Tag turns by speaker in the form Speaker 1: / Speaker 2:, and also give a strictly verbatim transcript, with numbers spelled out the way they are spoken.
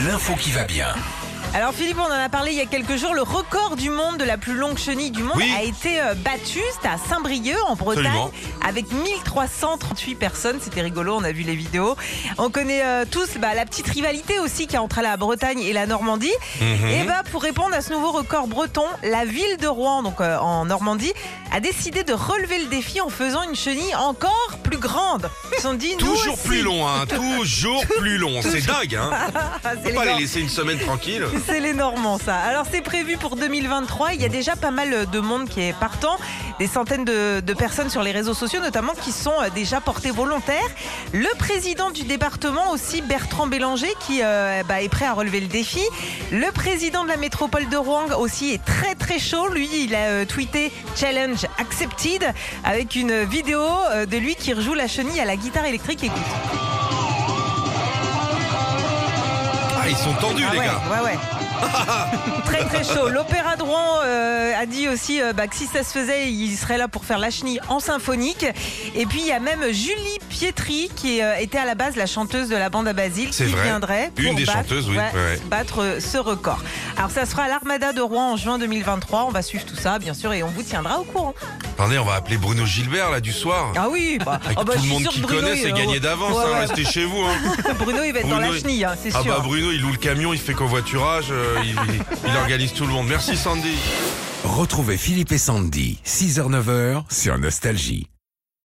Speaker 1: l'info qui va bien.
Speaker 2: Alors Philippe, on en a parlé il y a quelques jours, le record du monde de la plus longue chenille du monde
Speaker 3: Oui.
Speaker 2: a été euh, battu, c'était à Saint-Brieuc en Bretagne,
Speaker 3: Absolument.
Speaker 2: avec mille trois cent trente-huit personnes, c'était rigolo, on a vu les vidéos. On connaît euh, tous bah, la petite rivalité aussi qu'il y a entre la Bretagne et la Normandie.
Speaker 3: Mhm.
Speaker 2: Et bah, pour répondre à ce nouveau record breton, la ville de Rouen, donc euh, en Normandie, a décidé de relever le défi en faisant une chenille encore plus grande. Ils se sont dit, nous
Speaker 3: Toujours
Speaker 2: aussi.
Speaker 3: plus long, hein. Toujours plus long. C'est dingue, hein.
Speaker 2: Ah,
Speaker 3: On
Speaker 2: c'est
Speaker 3: peut pas
Speaker 2: les
Speaker 3: les laisser une semaine tranquille.
Speaker 2: C'est les Normands, ça. Alors, c'est prévu pour deux mille vingt-trois. Il y a déjà pas mal de monde qui est partant. Des centaines de, de personnes sur les réseaux sociaux, notamment, qui sont déjà portées volontaires. Le président du département aussi, Bertrand Bélanger, qui euh, bah, est prêt à relever le défi. Le président de la métropole de Rouen aussi est très, très chaud. Lui, il a euh, tweeté « Challenge accepted » avec une vidéo euh, de lui qui rejoue la chenille à la guitare électrique. Écoute.
Speaker 3: Ah, ils sont tendus,
Speaker 2: Ah
Speaker 3: les
Speaker 2: ouais,
Speaker 3: gars.
Speaker 2: ouais, ouais. Très très chaud. L'Opéra de Rouen euh, a dit aussi euh, bah, que si ça se faisait, il serait là pour faire la chenille en symphonique. Et puis il y a même Julie Pietri qui euh, était à la base la chanteuse de la bande à Basile
Speaker 3: C'est
Speaker 2: qui
Speaker 3: vrai.
Speaker 2: viendrait pour
Speaker 3: Une des
Speaker 2: battre,
Speaker 3: chanteuses, oui,
Speaker 2: ouais,
Speaker 3: ouais, ouais.
Speaker 2: battre euh, ce record. Alors ça sera à l'Armada de Rouen en juin deux mille vingt-trois. On va suivre tout ça bien sûr et on vous tiendra au courant.
Speaker 3: Attendez, on va appeler Bruno Gilbert, là, du soir.
Speaker 2: Ah oui, bah,
Speaker 3: Avec
Speaker 2: oh, bah,
Speaker 3: tout
Speaker 2: je
Speaker 3: le
Speaker 2: suis
Speaker 3: monde
Speaker 2: sûre
Speaker 3: qui
Speaker 2: que Bruno,
Speaker 3: connaît,
Speaker 2: il-
Speaker 3: c'est gagné d'avance.
Speaker 2: Ouais,
Speaker 3: hein.
Speaker 2: ouais.
Speaker 3: Restez chez vous. Hein.
Speaker 2: Bruno il va être dans
Speaker 3: Bruno,
Speaker 2: la chenille, hein, c'est
Speaker 3: Ah
Speaker 2: sûr.
Speaker 3: bah Bruno, il loue le camion, il fait covoiturage, euh, il, il- il organise tout le monde. Merci Sandy.
Speaker 1: Retrouvez Philippe et Sandy, six heures neuf heures sur Nostalgie.